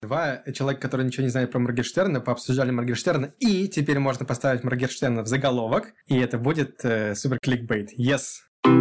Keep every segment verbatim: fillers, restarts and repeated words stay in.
Два человека, которые ничего не знают про Моргенштерна, пообсуждали Моргенштерна, и теперь можно поставить Моргенштерна в заголовок, и это будет э, супер кликбейт. Yes!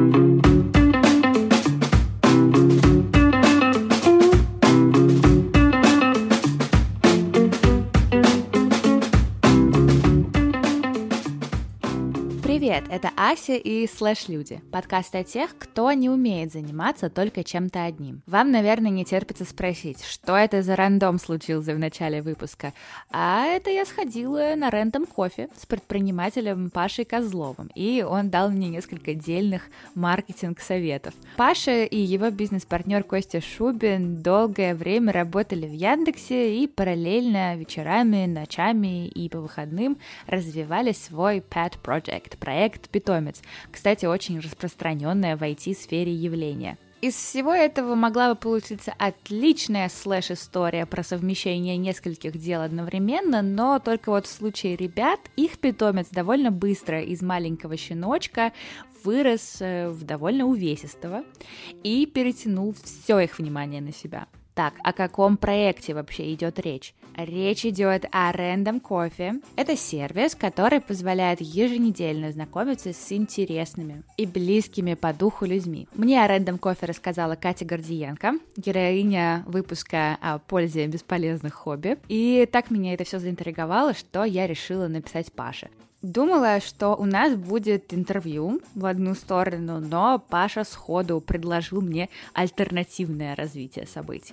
Привет, это Ася и Слэш-люди, подкаст о тех, кто не умеет заниматься только чем-то одним. Вам, наверное, не терпится спросить, что это за рандом случился в начале выпуска. А это я сходила на Random Coffee с предпринимателем Пашей Козловым, и он дал мне несколько дельных маркетинг-советов. Паша и его бизнес-партнер Костя Шубин долгое время работали в Яндексе и параллельно вечерами, ночами и по выходным развивали свой pet project, проект «Питомец», кстати, очень распространенное в ай ти-сфере явление. Из всего этого могла бы получиться отличная слэш-история про совмещение нескольких дел одновременно, но только вот в случае ребят их питомец довольно быстро из маленького щеночка вырос в довольно увесистого и перетянул все их внимание на себя. Так, о каком проекте вообще идет речь? Речь идет о Random Coffee. Это сервис, который позволяет еженедельно знакомиться с интересными и близкими по духу людьми. Мне о Random Coffee рассказала Катя Гордиенко, героиня выпуска о пользе бесполезных хобби. И так меня это все заинтриговало, что я решила написать Паше. Думала, что у нас будет интервью в одну сторону, но Паша сходу предложил мне альтернативное развитие событий.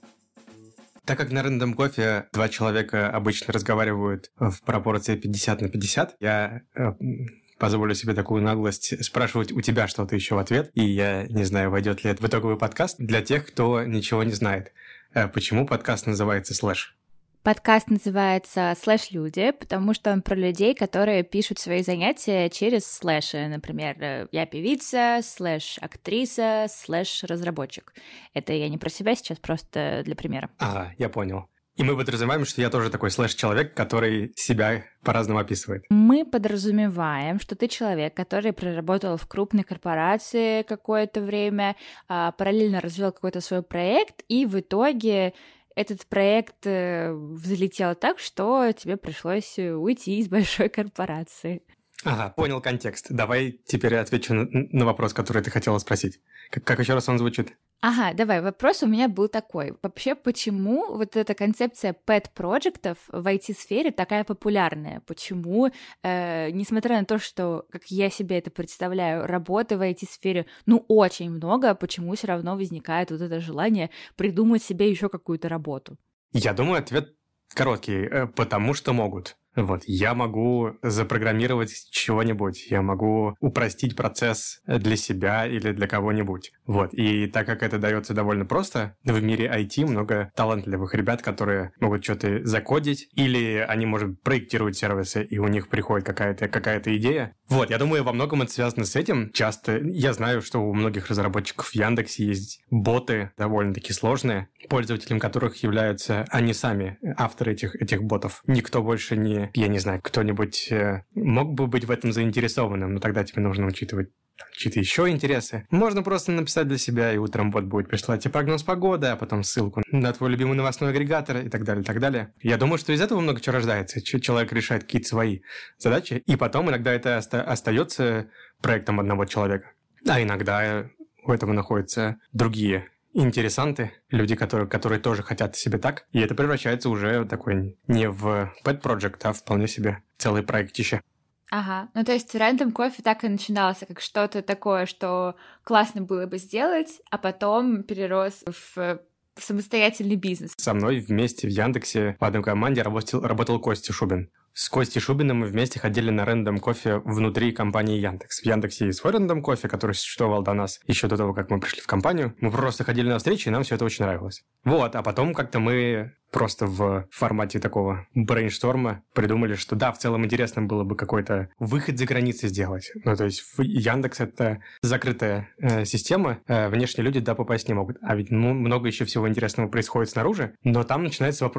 Так как на Random Coffee два человека обычно разговаривают в пропорции пятьдесят на пятьдесят, я э, позволю себе такую наглость спрашивать у тебя что-то еще в ответ, и я не знаю, войдет ли это в итоговый подкаст для тех, кто ничего не знает. Э, почему подкаст называется «Слэш»? Подкаст называется «Слэш-люди», потому что он про людей, которые пишут свои занятия через слэши. Например, я певица, слэш-актриса, слэш-разработчик. Это я не про себя сейчас, просто для примера. Ага, я понял. И мы подразумеваем, что я тоже такой слэш-человек, который себя по-разному описывает. Мы подразумеваем, что ты человек, который проработал в крупной корпорации какое-то время, параллельно развил какой-то свой проект, и в итоге этот проект взлетел так, что тебе пришлось уйти из большой корпорации. Ага, понял контекст. Давай теперь отвечу на, на вопрос, который ты хотела спросить. Как, как еще раз он звучит? Ага, давай, вопрос у меня был такой. Вообще, почему вот эта концепция pet-проектов в ай ти-сфере такая популярная? Почему, э, несмотря на то, что, как я себе это представляю, работы в ай ти-сфере, ну, очень много, почему все равно возникает вот это желание придумать себе еще какую-то работу? Я думаю, ответ короткий, потому что могут. Вот, я могу запрограммировать чего-нибудь, я могу упростить процесс для себя или для кого-нибудь. Вот, и так как это дается довольно просто, в мире ай ти много талантливых ребят, которые могут что-то закодить, или они, может, проектируют сервисы, и у них приходит какая-то, какая-то идея. Вот, я думаю, во многом это связано с этим. Часто я знаю, что у многих разработчиков в Яндексе есть боты довольно-таки сложные, пользователем которых являются они сами, авторы этих, этих ботов. Никто больше не я не знаю, кто-нибудь э, мог бы быть в этом заинтересованным, но тогда тебе нужно учитывать там, чьи-то еще интересы. Можно просто написать для себя, и утром бот будет присылать тебе прогноз погоды, а потом ссылку на твой любимый новостной агрегатор и так далее, и так далее. Я думаю, что из этого много чего рождается. Человек решает какие-то свои задачи, и потом иногда это оста- остается проектом одного человека. А иногда у этого находятся другие интересанты, люди, которые, которые тоже хотят себе так, и это превращается уже такой не в pet project, а вполне себе целый проектище. Ага, ну то есть Random Coffee так и начинался, как что-то такое, что классно было бы сделать, а потом перерос в самостоятельный бизнес. Со мной вместе в Яндексе в одной команде работал, работал Костя Шубин. С Костей Шубиным мы вместе ходили на Random Coffee внутри компании Яндекс. В Яндексе есть свой Random Coffee, который существовал до нас, еще до того, как мы пришли в компанию. Мы просто ходили на встречи, и нам все это очень нравилось. Вот, а потом как-то мы просто в формате такого брейншторма придумали, что да, в целом интересно было бы какой-то выход за границы сделать. Ну, то есть Яндекс — это закрытая э, система, э, внешние люди туда попасть не могут. А ведь ну, много еще всего интересного происходит снаружи, но там начинаются вопросики.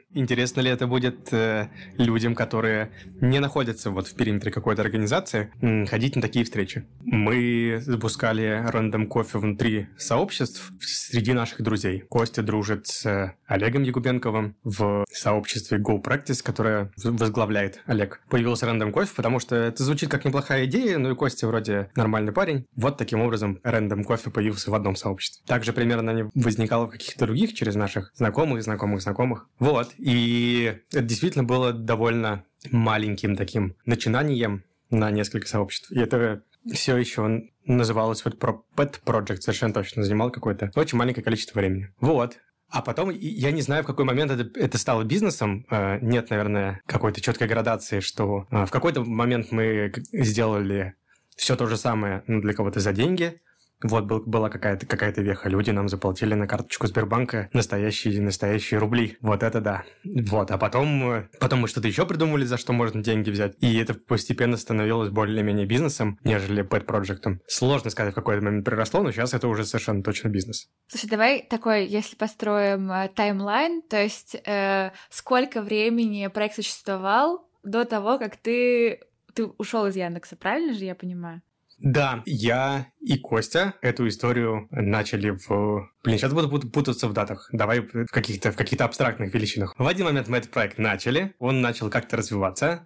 Интересно ли это будет э, людям, которые не находятся вот в периметре какой-то организации, м, ходить на такие встречи? Мы запускали Random Coffee внутри сообществ среди наших друзей. Костя дружит с Олегом Якубенковым в сообществе Go Practice, которое возглавляет Олег. Появился Random Coffee, потому что это звучит как неплохая идея, ну и Костя вроде нормальный парень. Вот таким образом Random Coffee появился в одном сообществе. Также примерно не возникало в каких-то других через наших знакомых, знакомых, знакомых. Вот. И это действительно было довольно маленьким таким начинанием на несколько сообществ. И это все еще называлось вот Pet Project, совершенно точно, занимало какое-то очень маленькое количество времени. Вот. А потом, я не знаю, в какой момент это, это стало бизнесом. Нет, наверное, какой-то четкой градации, что в какой-то момент мы сделали все то же самое, но для кого-то за деньги. Вот был, была какая-то, какая-то веха. Люди нам заплатили на карточку Сбербанка настоящие, настоящие рубли. Вот это да. Вот. А потом, потом мы что-то еще придумали, за что можно деньги взять. И это постепенно становилось более-менее бизнесом, нежели Pet Project. Сложно сказать, в какой момент приросло, но сейчас это уже совершенно точно бизнес. Слушай, давай такой, если построим э, таймлайн, то есть э, сколько времени проект существовал до того, как ты, ты ушел из Яндекса, правильно же я понимаю? Да, я и Костя эту историю начали в... Блин, сейчас буду путаться в датах. Давай в каких-то, в каких-то абстрактных величинах. В один момент мы этот проект начали, он начал как-то развиваться.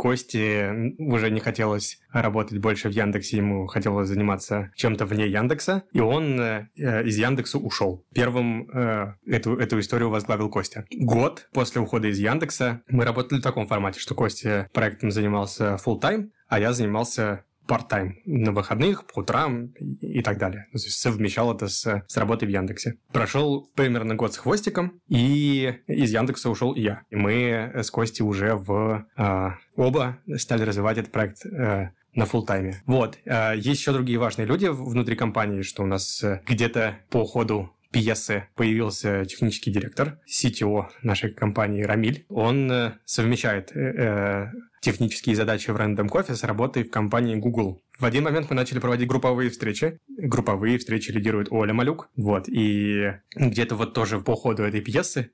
Косте уже не хотелось работать больше в Яндексе, ему хотелось заниматься чем-то вне Яндекса, и он э, из Яндекса ушел. Первым э, эту, эту историю возглавил Костя. Год после ухода из Яндекса мы работали в таком формате, что Костя проектом занимался full-time, а я занимался part-time на выходных, по утрам и так далее. То есть совмещал это с, с работой в Яндексе. Прошел примерно год с хвостиком, и из Яндекса ушел и я. И мы с Костей уже в э, оба стали развивать этот проект э, на фулл-тайме. Вот. Э, есть еще другие важные люди внутри компании, что у нас э, где-то по ходу пьесы появился технический директор, си ти о нашей компании Рамиль. Он э, совмещает э, э, технические задачи в Random Coffee с работой в компании Google. В один момент мы начали проводить групповые встречи. Групповые встречи лидирует Оля Малюк. Вот. И где-то вот тоже по ходу этой пьесы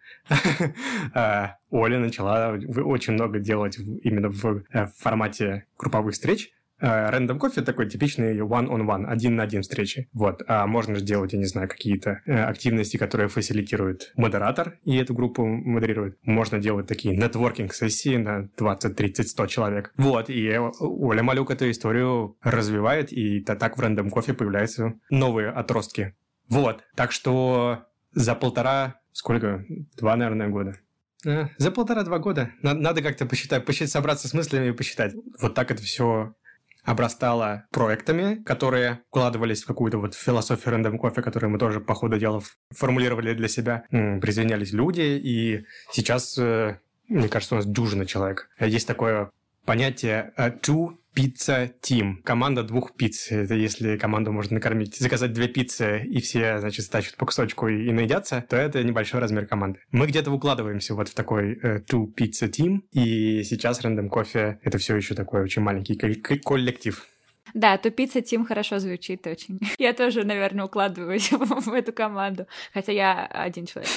Оля начала очень много делать именно в формате групповых встреч. Random Coffee такой типичный one-on-one, один на один встречи. Вот. А можно же делать, я не знаю, какие-то активности, которые фасилитирует модератор, и эту группу модерирует. Можно делать такие нетворкинг-сессии на двадцать, тридцать, сто человек. Вот. И Оля Малюк эту историю развивает, и так в Random Coffee появляются новые отростки. Вот. Так что за полтора, сколько? Два, наверное, года. За полтора-два года. Надо, надо как-то посчитать, посчитать, собраться с мыслями и посчитать. Вот так это все обрастала проектами, которые вкладывались в какую-то вот философию Random Coffee, которую мы тоже по ходу дела формулировали для себя. Присоединялись люди, и сейчас, мне кажется, у нас дюжина человек. Есть такое понятие two pizza team. Команда двух пиц. Это если команду можно накормить, заказать две пиццы, и все, значит, стащат по кусочку и, и наедятся, то это небольшой размер команды. Мы где-то укладываемся вот в такой э, two pizza team, и сейчас Random Coffee — это все еще такой очень маленький коллектив. Да, то пицца Тим хорошо звучит очень. Я тоже, наверное, укладываюсь в эту команду, хотя я один человек.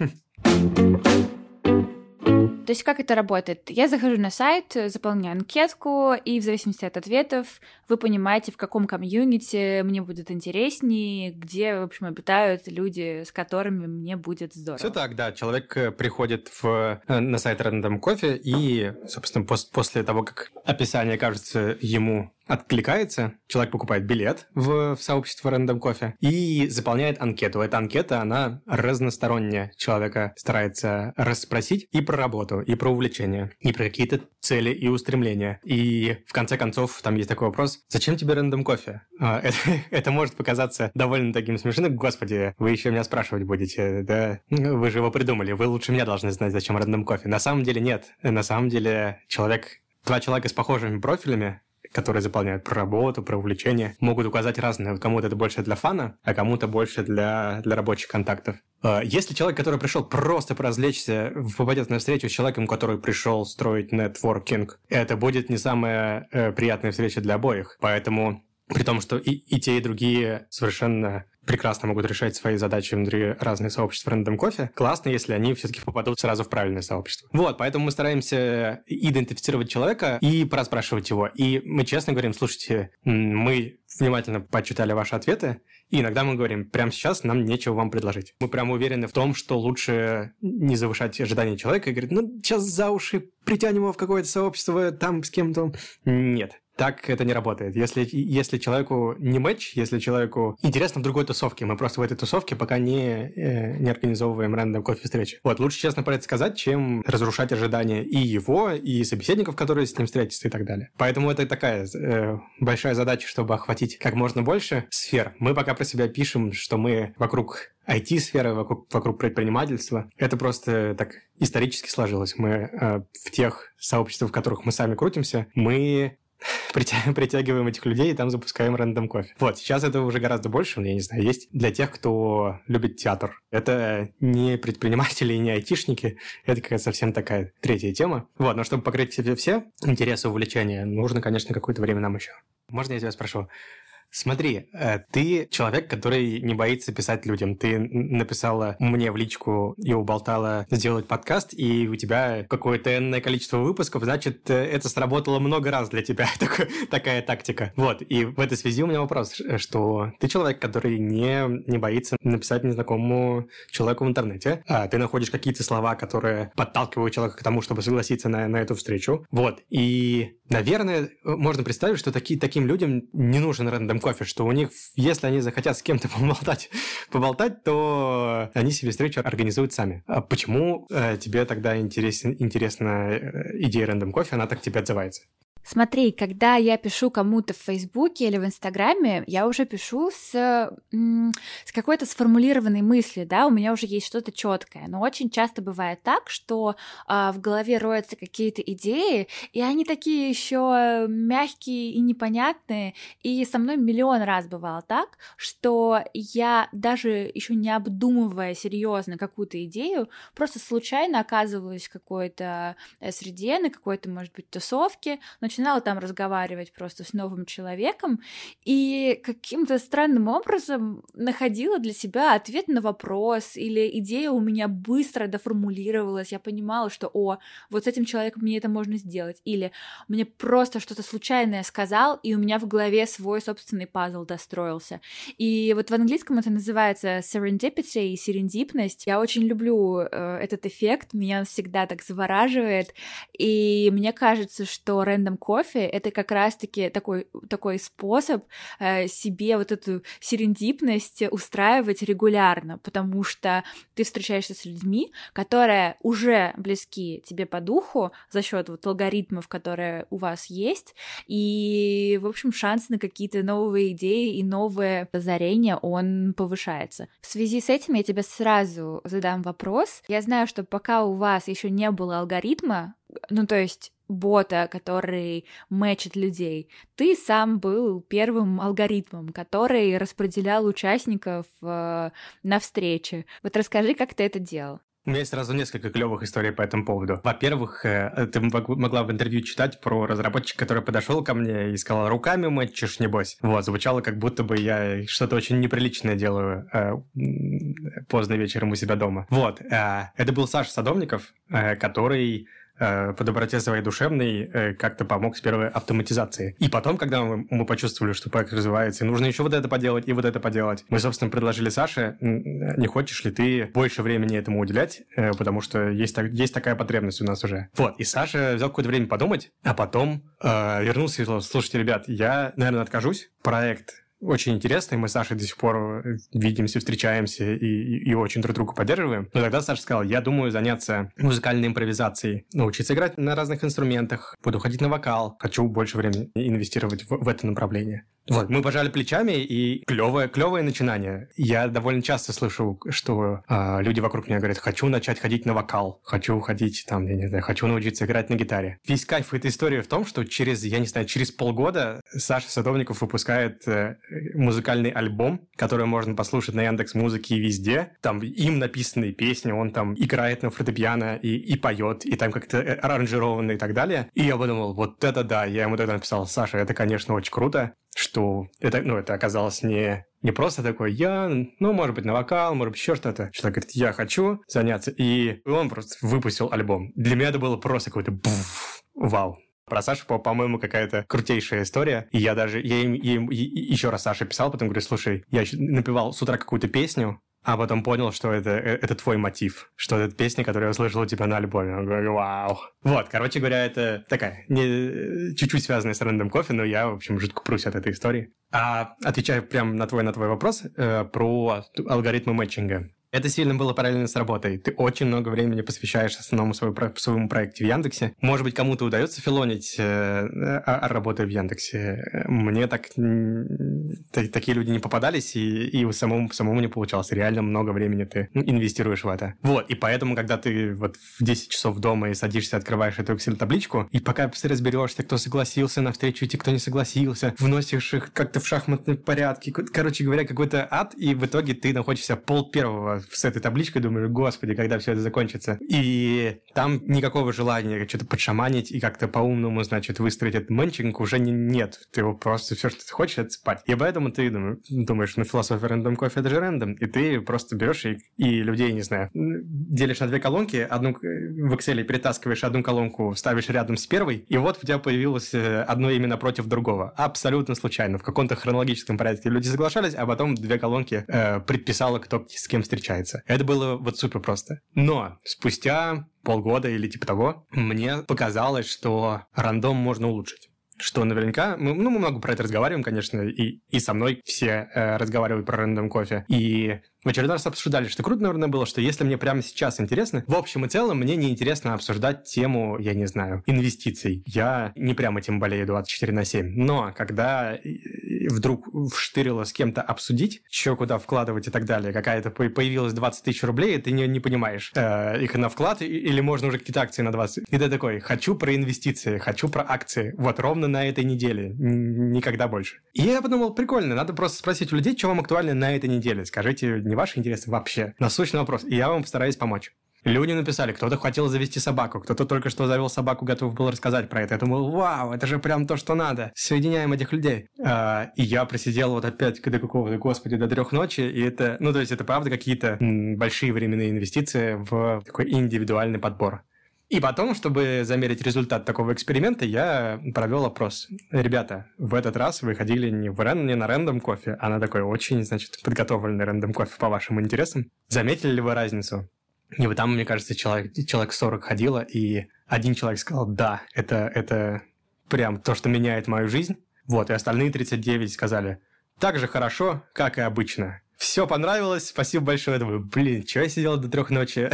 То есть как это работает? Я захожу на сайт, заполняю анкетку, и в зависимости от ответов вы понимаете, в каком комьюнити мне будет интереснее, где, в общем, обитают люди, с которыми мне будет здорово. Все так, да. Человек приходит в, на сайт Random Coffee, и, собственно, пос, после того, как описание кажется ему откликается, человек покупает билет в, в сообщество Random Coffee и заполняет анкету. Эта анкета, она разносторонняя. Человека старается расспросить и про работу, и про увлечения, и про какие-то цели и устремления. И в конце концов там есть такой вопрос: зачем тебе Random Coffee? А, это, это может показаться довольно таким смешным. Господи, вы еще меня спрашивать будете, да? Вы же его придумали, вы лучше меня должны знать, зачем Random Coffee. На самом деле нет. На самом деле человек, два человека с похожими профилями, которые заполняют про работу, про увлечения, могут указать разные. Кому-то это больше для фана, а кому-то больше для, для рабочих контактов. Если человек, который пришел просто поразвлечься, попадет на встречу с человеком, который пришел строить нетворкинг, это будет не самая э, приятная встреча для обоих. Поэтому, при том, что и, и те, и другие совершенно прекрасно могут решать свои задачи внутри разных сообществ Random Coffee. Классно, если они все-таки попадут сразу в правильное сообщество. Вот, поэтому мы стараемся идентифицировать человека и проспрашивать его. И мы честно говорим, слушайте, мы внимательно почитали ваши ответы, и иногда мы говорим, прямо сейчас нам нечего вам предложить. Мы прямо уверены в том, что лучше не завышать ожидания человека и говорить, ну, сейчас за уши притянем его в какое-то сообщество, там с кем-то. Нет. Так это не работает. Если, если человеку не матч, если человеку интересно в другой тусовке, мы просто в этой тусовке пока не, э, не организовываем рандом кофе встречи. Вот, лучше честно про это сказать, чем разрушать ожидания и его, и собеседников, которые с ним встретятся и так далее. Поэтому это такая э, большая задача, чтобы охватить как можно больше сфер. Мы пока про себя пишем, что мы вокруг ай ти-сферы, вокруг, вокруг предпринимательства. Это просто так исторически сложилось. Мы э, в тех сообществах, в которых мы сами крутимся, мы притягиваем этих людей и там запускаем рандом кофе. Вот, сейчас это уже гораздо больше, я не знаю, есть для тех, кто любит театр. Это не предприниматели и не айтишники, это какая-то совсем такая третья тема. Вот, но чтобы покрыть себе все интересы, увлечения, нужно, конечно, какое-то время нам еще. Можно я тебя спрошу? Смотри, ты человек, который не боится писать людям. Ты написала мне в личку и уболтала сделать подкаст, и у тебя какое-то энное количество выпусков, значит, это сработало много раз для тебя, такая тактика. Вот, и в этой связи у меня вопрос, что ты человек, который не, не боится написать незнакомому человеку в интернете, а ты находишь какие-то слова, которые подталкивают человека к тому, чтобы согласиться на, на эту встречу. Вот, и, наверное, можно представить, что таки, таким людям не нужен рандом кофе, что у них, если они захотят с кем-то поболтать, поболтать, то они себе встречу организуют сами. А почему э, тебе тогда интересен, интересна идея рандом кофе, она так тебе отзывается? Смотри, когда я пишу кому-то в Фейсбуке или в Инстаграме, я уже пишу с, с какой-то сформулированной мыслью, да, у меня уже есть что-то четкое. Но очень часто бывает так, что а, в голове роются какие-то идеи, и они такие еще мягкие и непонятные. И со мной миллион раз бывало так, что я даже еще не обдумывая серьезно какую-то идею, просто случайно оказывалась в какой-то среде, на какой-то, может быть, тусовке, начинала там разговаривать просто с новым человеком и каким-то странным образом находила для себя ответ на вопрос, или идея у меня быстро доформулировалась, я понимала, что о, вот с этим человеком мне это можно сделать, или мне просто что-то случайное сказал, и у меня в голове свой собственный пазл достроился. И вот в английском это называется serendipity, серендипность. Я очень люблю э, этот эффект, меня он всегда так завораживает, и мне кажется, что random кофе — это как раз-таки такой, такой способ э, себе вот эту серендипность устраивать регулярно, потому что ты встречаешься с людьми, которые уже близки тебе по духу за счет вот алгоритмов, которые у вас есть, и, в общем, шанс на какие-то новые идеи и новые озарения, он повышается. В связи с этим я тебе сразу задам вопрос. Я знаю, что пока у вас еще не было алгоритма, ну, то есть бота, который мэчит людей, ты сам был первым алгоритмом, который распределял участников э, на встрече. Вот расскажи, как ты это делал. У меня есть сразу несколько клевых историй по этому поводу. Во-первых, ты могла в интервью читать про разработчика, который подошел ко мне и сказал, руками мэтчишь, небось. Вот, звучало, как будто бы я что-то очень неприличное делаю э, поздно вечером у себя дома. Вот, э, это был Саша Садовников, э, который по доброте своей душевной как-то помог с первой автоматизацией. И потом, когда мы, мы почувствовали, что проект развивается, и нужно еще вот это поделать, и вот это поделать, мы, собственно, предложили Саше, не хочешь ли ты больше времени этому уделять, потому что есть, есть такая потребность у нас уже. Вот, и Саша взял какое-то время подумать, а потом э, вернулся и сказал, слушайте, ребят, я, наверное, откажусь, проект очень интересный, мы с Сашей до сих пор видимся, встречаемся и, и, и очень друг друга поддерживаем. Но тогда Саша сказал, я думаю заняться музыкальной импровизацией, научиться играть на разных инструментах, буду ходить на вокал, хочу больше времени инвестировать в, в это направление. Вот, мы пожали плечами, и клевое, клевое начинание. Я довольно часто слышу, что э, люди вокруг меня говорят, хочу начать ходить на вокал, хочу ходить, там, я не знаю, хочу научиться играть на гитаре. Весь кайф этой истории в том, что через, я не знаю, через полгода Саша Садовников выпускает э, музыкальный альбом, который можно послушать на Яндекс.Музыке и везде. Там им написанные песни, он там играет на фортепиано и, и поет, и там как-то аранжировано и так далее. И я подумал, вот это да, я ему тогда написал, Саша, это, конечно, очень круто. что это, ну, это оказалось не, не просто такой, я, ну, может быть, на вокал, может быть, еще что-то. Человек говорит, я хочу заняться. И он просто выпустил альбом. Для меня это было просто какой-то буф, вау. Про Сашу, по-моему, какая-то крутейшая история. И я даже, я им, я им еще раз Саше писал, потом говорю, слушай, я напевал с утра какую-то песню, а потом понял, что это, это твой мотив, что это песня, которую я услышал у тебя на альбоме. Я говорю, вау. Вот, короче говоря, это такая, не, чуть-чуть связанная с Random Coffee, но я, в общем, жутко прусь от этой истории. А отвечая прямо на твой, на твой вопрос э, про алгоритмы мэтчинга. Это сильно было параллельно с работой. Ты очень много времени посвящаешь основному своему, своему проекту в Яндексе. Может быть, кому-то удается филонить, э, работая в Яндексе. Мне так, т- такие люди не попадались, и, и самому, самому не получалось. Реально много времени ты инвестируешь в это. Вот, и поэтому, когда ты вот в десять часов дома и садишься, открываешь эту Excel-табличку, и пока ты разберешься, кто согласился на встречу идти, кто не согласился, вносишь их как-то в шахматном порядке. Короче говоря, какой-то ад, и в итоге ты находишься пол первого с этой табличкой, думаешь, господи, когда все это закончится. И там никакого желания что-то подшаманить и как-то по-умному, значит, выстроить этот мэнчинг уже не, нет. Ты его просто все, что ты хочешь, это спать. И поэтому ты думаешь, ну, философия Random Coffee — это же рандом. И ты просто берешь и, и людей, не знаю, делишь на две колонки, одну в Excel перетаскиваешь одну колонку, ставишь рядом с первой, и вот у тебя появилось одно имя напротив другого. Абсолютно случайно. В каком-то хронологическом порядке люди соглашались, а потом две колонки э, предписало, кто с кем встречается. Это было вот супер просто. Но спустя полгода или типа того, мне показалось, что рандом можно улучшить. Что наверняка... Мы, ну, мы много про это разговариваем, конечно, и, и со мной все э, разговаривают про Random Coffee. И в очередной раз обсуждали, что круто, наверное, было, что если мне прямо сейчас интересно, в общем и целом мне не интересно обсуждать тему, я не знаю, инвестиций. Я не прям этим болею двадцать четыре на семь. Но когда вдруг вштырило с кем-то обсудить, что куда вкладывать и так далее, какая-то появилась двадцать тысяч рублей, и ты не, не понимаешь, э, их на вклад или можно уже какие-то акции на двадцать. И ты такой, хочу про инвестиции, хочу про акции. Вот ровно на этой неделе. Никогда больше. И я подумал, прикольно, надо просто спросить у людей, что вам актуально на этой неделе. Скажите, не ваши интересы вообще. Насущный вопрос. И я вам постараюсь помочь. Люди написали, кто-то хотел завести собаку, кто-то только что завел собаку, готов был рассказать про это. Я думал, вау, это же прям то, что надо. Соединяем этих людей. А, и я просидел вот опять до какого-то, господи, до трех ночи. И это, ну, то есть это правда какие-то м, большие временные инвестиции в такой индивидуальный подбор. И потом, чтобы замерить результат такого эксперимента, я провел опрос. Ребята, в этот раз вы ходили не, в рен, не на Random Coffee, а на такой очень, значит, подготовленный Random Coffee по вашим интересам. Заметили ли вы разницу? И вот там, мне кажется, человек, человек сорок ходило, и один человек сказал, да, это, это прям то, что меняет мою жизнь. Вот, и остальные тридцать девять сказали, так же хорошо, как и обычно. Все понравилось, спасибо большое. Я думаю, блин, чего я сидел до трех ночи?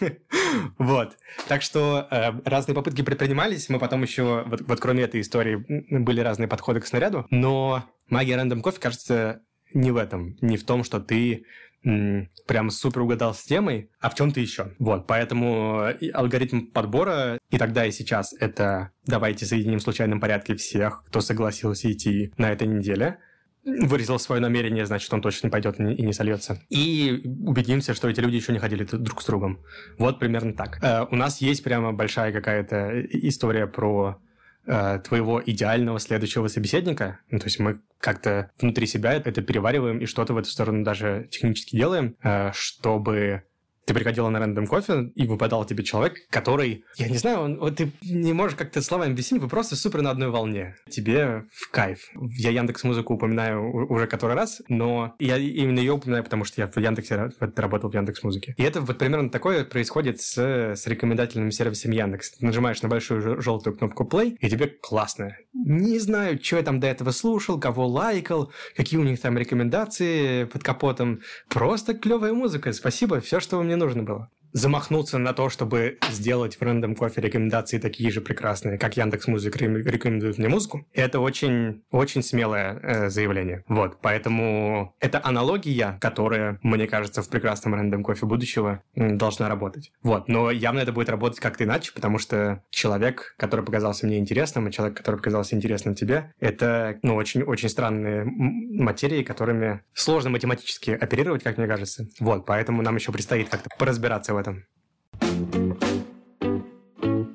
Вот. Так что э, разные попытки предпринимались. Мы потом еще, вот, вот кроме этой истории, были разные подходы к снаряду. Но магия Random Coffee, кажется, не в этом. Не в том, что ты м, прям супер угадал с темой, а в чем-то еще. Вот. Поэтому алгоритм подбора и тогда, и сейчас это давайте соединим в случайном порядке всех, кто согласился идти на этой неделе. Выразил свое намерение, значит, он точно не пойдет и не сольется. И убедимся, что эти люди еще не ходили друг с другом. Вот примерно так. Э, у нас есть прямо большая какая-то история про э, твоего идеального следующего собеседника. Ну, то есть мы как-то внутри себя это перевариваем и что-то в эту сторону даже технически делаем, э, чтобы... Ты приходила на Random Coffee, и выпадал тебе человек, который, я не знаю, он, вот ты не можешь как-то словами объяснить, вы просто супер на одной волне. Тебе в кайф. Я Яндекс.Музыку упоминаю уже который раз, но я именно ее упоминаю, потому что я в Яндексе работал в Яндекс.Музыке. И это вот примерно такое происходит с, с рекомендательным сервисом Яндекс. Ты нажимаешь на большую желтую кнопку play, и тебе классно. Не знаю, что я там до этого слушал, кого лайкал, какие у них там рекомендации под капотом. Просто клевая музыка. Спасибо, все, что вы мне нужно было. Замахнуться на то, чтобы сделать в Random Coffee рекомендации такие же прекрасные, как Яндекс.Музыка рекомендует мне музыку, это очень, очень смелое э, заявление. Вот, поэтому это аналогия, которая, мне кажется, в прекрасном Random Coffee будущего э, должна работать. Вот, но явно это будет работать как-то иначе, потому что человек, который показался мне интересным, и человек, который показался интересным тебе, это, ну, очень-очень странные материи, которыми сложно математически оперировать, как мне кажется. Вот, поэтому нам еще предстоит как-то поразбираться в этом.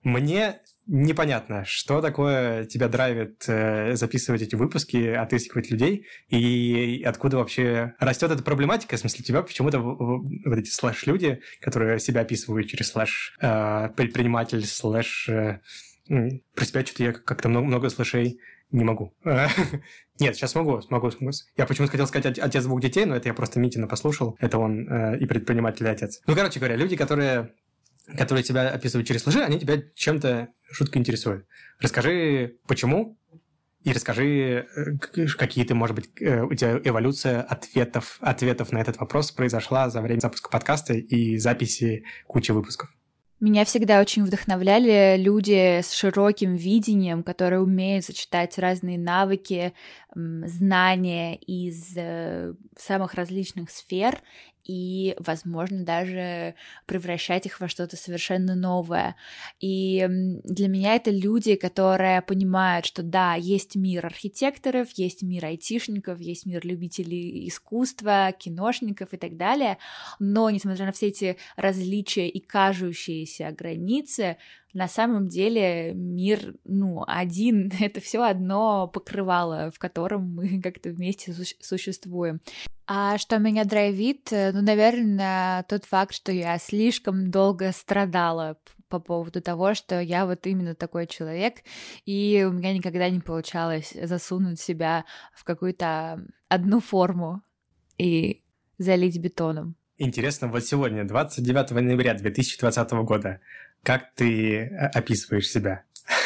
Мне непонятно, что такое тебя драйвит э, записывать эти выпуски, отыскивать людей, и откуда вообще растет эта проблематика. В смысле, тебя почему-то в, в, вот эти слэш-люди, которые себя описывают через слэш э, предприниматель, слэш... Э, про себя что-то я как-то много, много слэшей не могу. Нет, сейчас могу, смогу. Я почему-то хотел сказать отец двух детей, но это я просто Митина послушал. Это он э, и предприниматель, и отец. Ну, короче говоря, люди, которые... которые тебя описывают через слэши, они тебя чем-то жутко интересуют. Расскажи, почему, и расскажи, какие ты, может быть, у тебя эволюция ответов, ответов на этот вопрос произошла за время запуска подкаста и записи кучи выпусков. Меня всегда очень вдохновляли люди с широким видением, которые умеют сочетать разные навыки, знания из самых различных сфер и, возможно, даже превращать их во что-то совершенно новое. И для меня это люди, которые понимают, что да, есть мир архитекторов, есть мир айтишников, есть мир любителей искусства, киношников и так далее, но, несмотря на все эти различия и кажущиеся границы, на самом деле мир, ну, один, это все одно покрывало, в котором мы как-то вместе су- существуем. А что меня драйвит? Ну, наверное, тот факт, что я слишком долго страдала по поводу того, что я вот именно такой человек, и у меня никогда не получалось засунуть себя в какую-то одну форму и залить бетоном. Интересно, вот сегодня, двадцать девятого ноября две тысячи двадцатого года, как ты описываешь себя?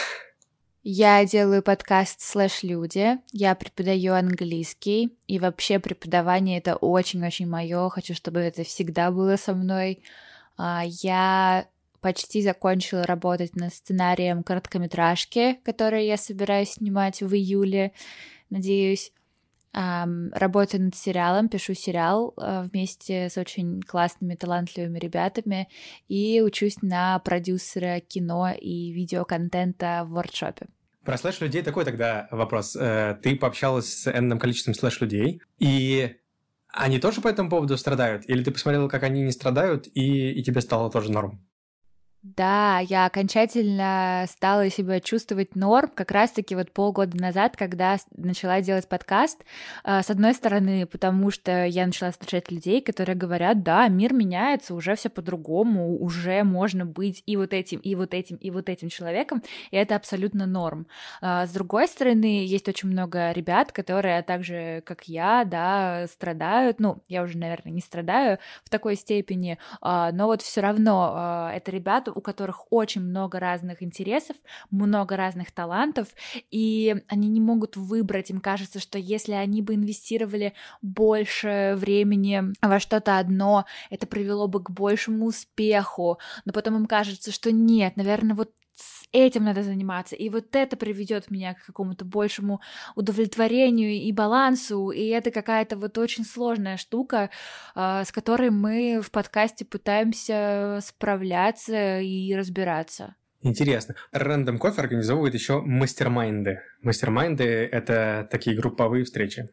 Я делаю подкаст «Слэш-люди», я преподаю английский, и вообще преподавание — это очень-очень моё, хочу, чтобы это всегда было со мной. Я почти закончила работать над сценарием короткометражки, который я собираюсь снимать в июле, надеюсь. Um, работаю над сериалом, пишу сериал uh, вместе с очень классными, талантливыми ребятами и учусь на продюсера кино и видеоконтента в воркшопе. Про слэш-людей такой тогда вопрос. Ты пообщалась с энным количеством слэш-людей, и они тоже по этому поводу страдают? Или ты посмотрела, как они не страдают, и, и тебе стало тоже норм? Да, я окончательно стала себя чувствовать норм как раз-таки вот полгода назад, когда начала делать подкаст. С одной стороны, потому что я начала встречать людей, которые говорят, да, мир меняется, уже все по-другому, уже можно быть и вот этим, и вот этим, и вот этим человеком, и это абсолютно норм. С другой стороны, есть очень много ребят, которые так же, как я, да, страдают, ну, я уже, наверное, не страдаю в такой степени, но вот все равно это ребята, у которых очень много разных интересов, много разных талантов, и они не могут выбрать. Им кажется, что если они бы инвестировали больше времени во что-то одно, это привело бы к большему успеху, но потом им кажется, что нет, наверное, вот с этим надо заниматься, и вот это приведет меня к какому-то большему удовлетворению и балансу, и это какая-то вот очень сложная штука, с которой мы в подкасте пытаемся справляться и разбираться. Интересно. Random Coffee организовывает еще мастермайнды. Мастермайнды — это такие групповые встречи,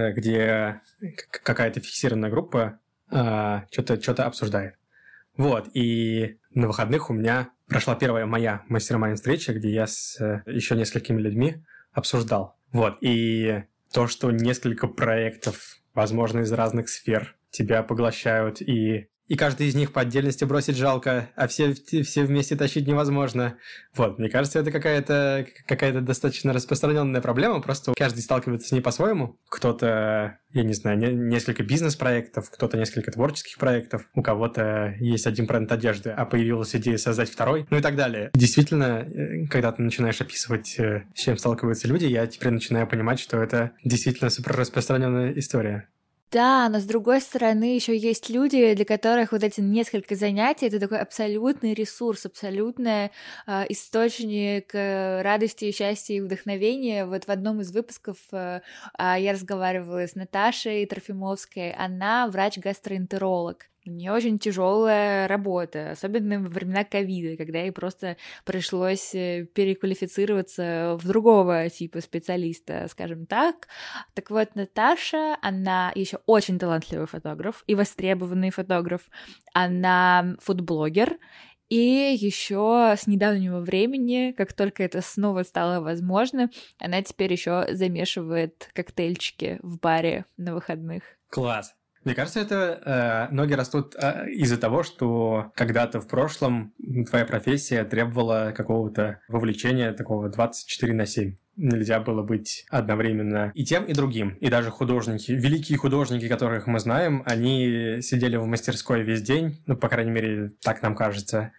где какая-то фиксированная группа что-то, что-то обсуждает. Вот, и на выходных у меня прошла первая моя мастер-майнд-встреча, где я с еще несколькими людьми обсуждал. Вот, и то, что несколько проектов, возможно, из разных сфер тебя поглощают, и, и каждый из них по отдельности бросить жалко, а все, все вместе тащить невозможно. Вот, мне кажется, это какая-то, какая-то достаточно распространенная проблема, просто каждый сталкивается с ней по-своему. Кто-то, я не знаю, не, несколько бизнес-проектов, кто-то несколько творческих проектов, у кого-то есть один бренд одежды, а появилась идея создать второй, ну и так далее. Действительно, когда ты начинаешь описывать, с чем сталкиваются люди, я теперь начинаю понимать, что это действительно супер распространенная история. Да, но с другой стороны еще есть люди, для которых вот эти несколько занятий — это такой абсолютный ресурс, абсолютный э, источник э, радости, счастья и вдохновения. Вот в одном из выпусков э, э, я разговаривала с Наташей Трофимовской, она врач-гастроэнтеролог. У нее очень тяжелая работа, особенно во времена ковида, когда ей просто пришлось переквалифицироваться в другого типа специалиста, скажем так. Так вот, Наташа, она еще очень талантливый фотограф и востребованный фотограф. Она фудблогер, И еще с недавнего времени, как только это снова стало возможно, она теперь еще замешивает коктейльчики в баре на выходных. Класс. Мне кажется, это э, ноги растут э, из-за того, что когда-то в прошлом твоя профессия требовала какого-то вовлечения такого двадцать четыре на семь. Нельзя было быть одновременно и тем, и другим. И даже художники, великие художники, которых мы знаем, они сидели в мастерской весь день, ну, по крайней мере, так нам кажется,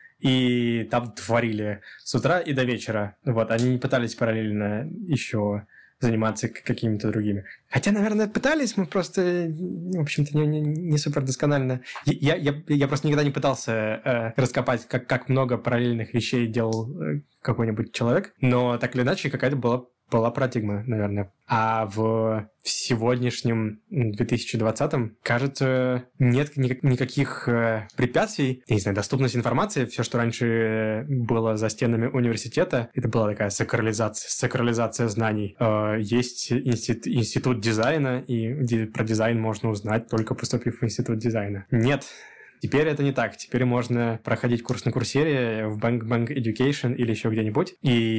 и там творили с утра и до вечера. Вот, они не пытались параллельно еще заниматься какими-то другими. Хотя, наверное, пытались, мы просто, в общем-то, не, не, не супер досконально. Я, я, я просто никогда не пытался э, раскопать, как, как много параллельных вещей делал э, какой-нибудь человек, но так или иначе какая-то была, была парадигма, наверное. А в, в сегодняшнем две тысячи двадцатом, кажется, нет никак, никаких э, препятствий. Я не знаю, доступность информации, все, что раньше было за стенами университета, это была такая сакрализация, сакрализация знаний. Э, есть институт, институт дизайна, и про дизайн можно узнать, только поступив в институт дизайна. Нет. Теперь это не так. Теперь можно проходить курс на Курсере в Bang Bang Education или еще где-нибудь,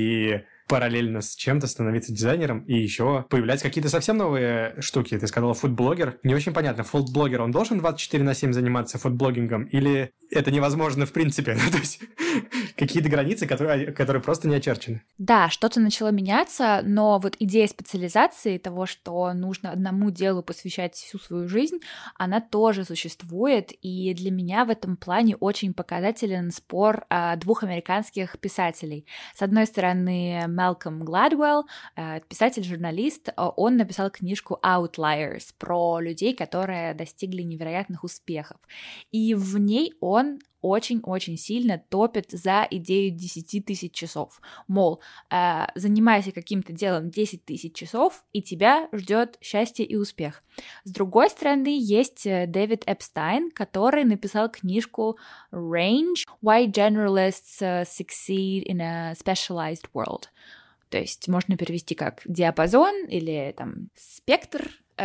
и параллельно с чем-то становиться дизайнером, и еще появляются какие-то совсем новые штуки. Ты сказала фудблогер. Не очень понятно, фудблогер, он должен двадцать четыре на семь заниматься фудблогингом, или это невозможно в принципе? То есть какие-то границы, которые, которые просто не очерчены. Да, что-то начало меняться, но вот идея специализации, того, что нужно одному делу посвящать всю свою жизнь, она тоже существует, и для меня в этом плане очень показателен спор а, двух американских писателей. С одной стороны, Малком Гладуэлл, писатель-журналист, он написал книжку Outliers про людей, которые достигли невероятных успехов. И в ней он очень-очень сильно топит за идею десять тысяч часов. Мол, э, занимайся каким-то делом десять тысяч часов, и тебя ждет счастье и успех. С другой стороны, есть Дэвид Эпстайн, который написал книжку Range: Why Generalists Succeed in a Specialized World. То есть можно перевести как диапазон или там спектр.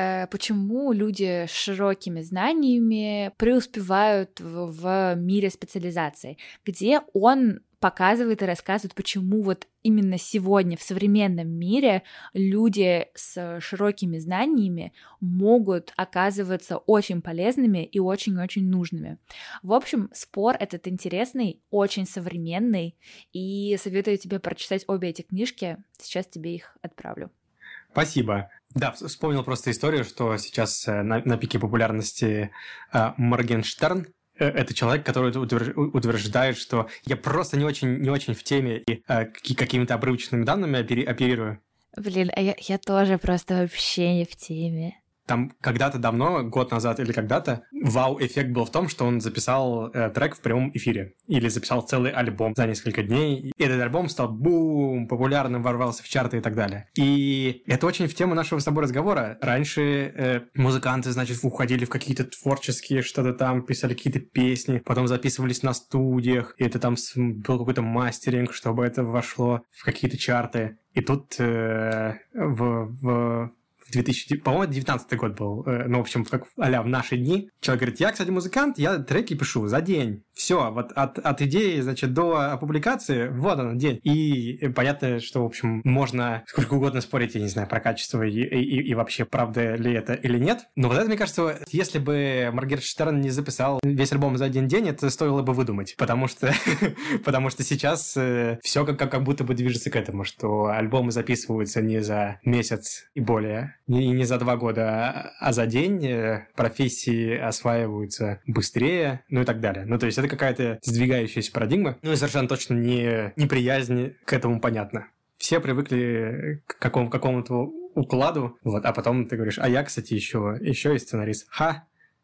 Почему люди с широкими знаниями преуспевают в, в мире специализации, где он показывает и рассказывает, почему вот именно сегодня в современном мире люди с широкими знаниями могут оказываться очень полезными и очень-очень нужными. В общем, спор этот интересный, очень современный, и советую тебе прочитать обе эти книжки. Сейчас тебе их отправлю. Спасибо. Да, вспомнил просто историю, что сейчас на, на пике популярности э, Моргенштерн. Э, это человек, который утверждает, что я просто не очень, не очень в теме и э, какими-то обрывочными данными опери, оперирую. Блин, а я, я тоже просто вообще не в теме. Там когда-то давно, год назад или когда-то, вау-эффект был в том, что он записал э, трек в прямом эфире. Или записал целый альбом за несколько дней. И этот альбом стал бум, популярным, ворвался в чарты и так далее. И это очень в тему нашего с тобой разговора. Раньше э, музыканты, значит, уходили в какие-то творческие, что-то там, писали какие-то песни, потом записывались на студиях, и это там был какой-то мастеринг, чтобы это вошло в какие-то чарты. И тут э, в... в две тысячи, по-моему, девятнадцатый год был, ну, в общем, как а-ля в наши дни. Человек говорит, я, кстати, музыкант, я треки пишу за день. Все, вот от, от идеи, значит, до публикации, вот он, день. И понятно, что, в общем, можно сколько угодно спорить, я не знаю, про качество и, и, и вообще, правда ли это или нет. Но вот это, мне кажется, если бы Моргенштерн не записал весь альбом за один день, это стоило бы выдумать. Потому что, потому что сейчас все как, как будто бы движется к этому, что альбомы записываются не за месяц и более, и не за два года, а за день, профессии осваиваются быстрее, ну и так далее. Ну, то есть это какая-то сдвигающаяся парадигма, ну и совершенно точно не неприязнь к этому понятно. Все привыкли к какому- какому-то укладу, вот, а потом ты говоришь, а я, кстати, еще, еще и сценарист. Ха!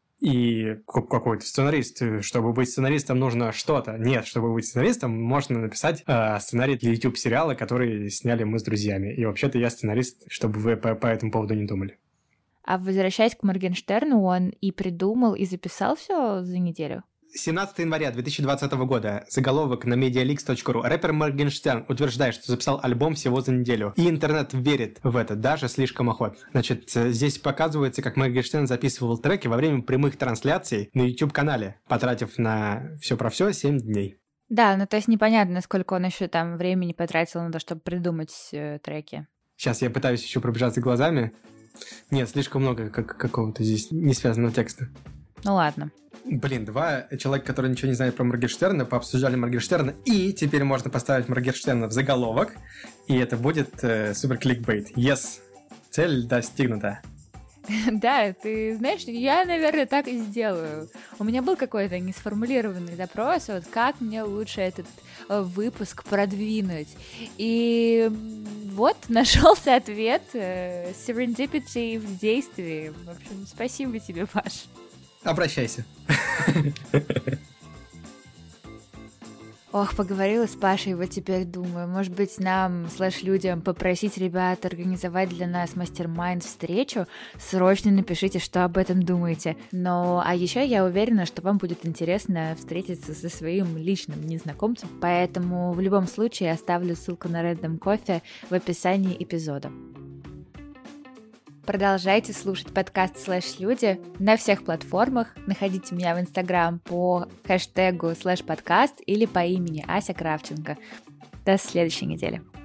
И какой-то сценарист. Чтобы быть сценаристом, нужно что-то. Нет, чтобы быть сценаристом, можно написать э, сценарий для YouTube-сериала, который сняли мы с друзьями. И вообще-то я сценарист, чтобы вы по, по этому поводу не думали. А возвращаясь к Моргенштерну, он и придумал, и записал все за неделю? семнадцатого января две тысячи двадцатого года. Заголовок на медиаликс точка ру. Рэпер Моргенштерн утверждает, что записал альбом всего за неделю. И интернет верит в это, даже слишком охотно. Значит, здесь показывается, как Моргенштерн записывал треки во время прямых трансляций на YouTube-канале, потратив на все про все семь дней. Да, ну то есть непонятно, сколько он еще там времени потратил на то, чтобы придумать э, треки. Сейчас я пытаюсь еще пробежаться глазами. Нет, слишком много как- какого-то здесь несвязанного текста. Ну ладно. Блин, два человека, которые ничего не знают про Моргенштерна, пообсуждали Моргенштерна, и теперь можно поставить Моргенштерна в заголовок, и это будет э, супер кликбейт. Yes, цель достигнута. Да, ты знаешь, я, наверное, так и сделаю. У меня был какой-то несформулированный запрос, вот как мне лучше этот э, выпуск продвинуть. И вот нашелся ответ. э, Serendipity в действии. В общем, спасибо тебе, Паш. Обращайся. Ох, поговорила с Пашей, вот теперь думаю, может быть, нам, слэш-людям, попросить ребят организовать для нас мастер-майнд встречу. Срочно напишите, что об этом думаете. Но, а еще я уверена, что вам будет интересно встретиться со своим личным незнакомцем, поэтому в любом случае оставлю ссылку на Random Coffee в описании эпизода. Продолжайте слушать подкаст «Слэш Люди» на всех платформах. Находите меня в Инстаграм по хэштегу «Слэш Подкаст» или по имени Ася Кравченко. До следующей недели.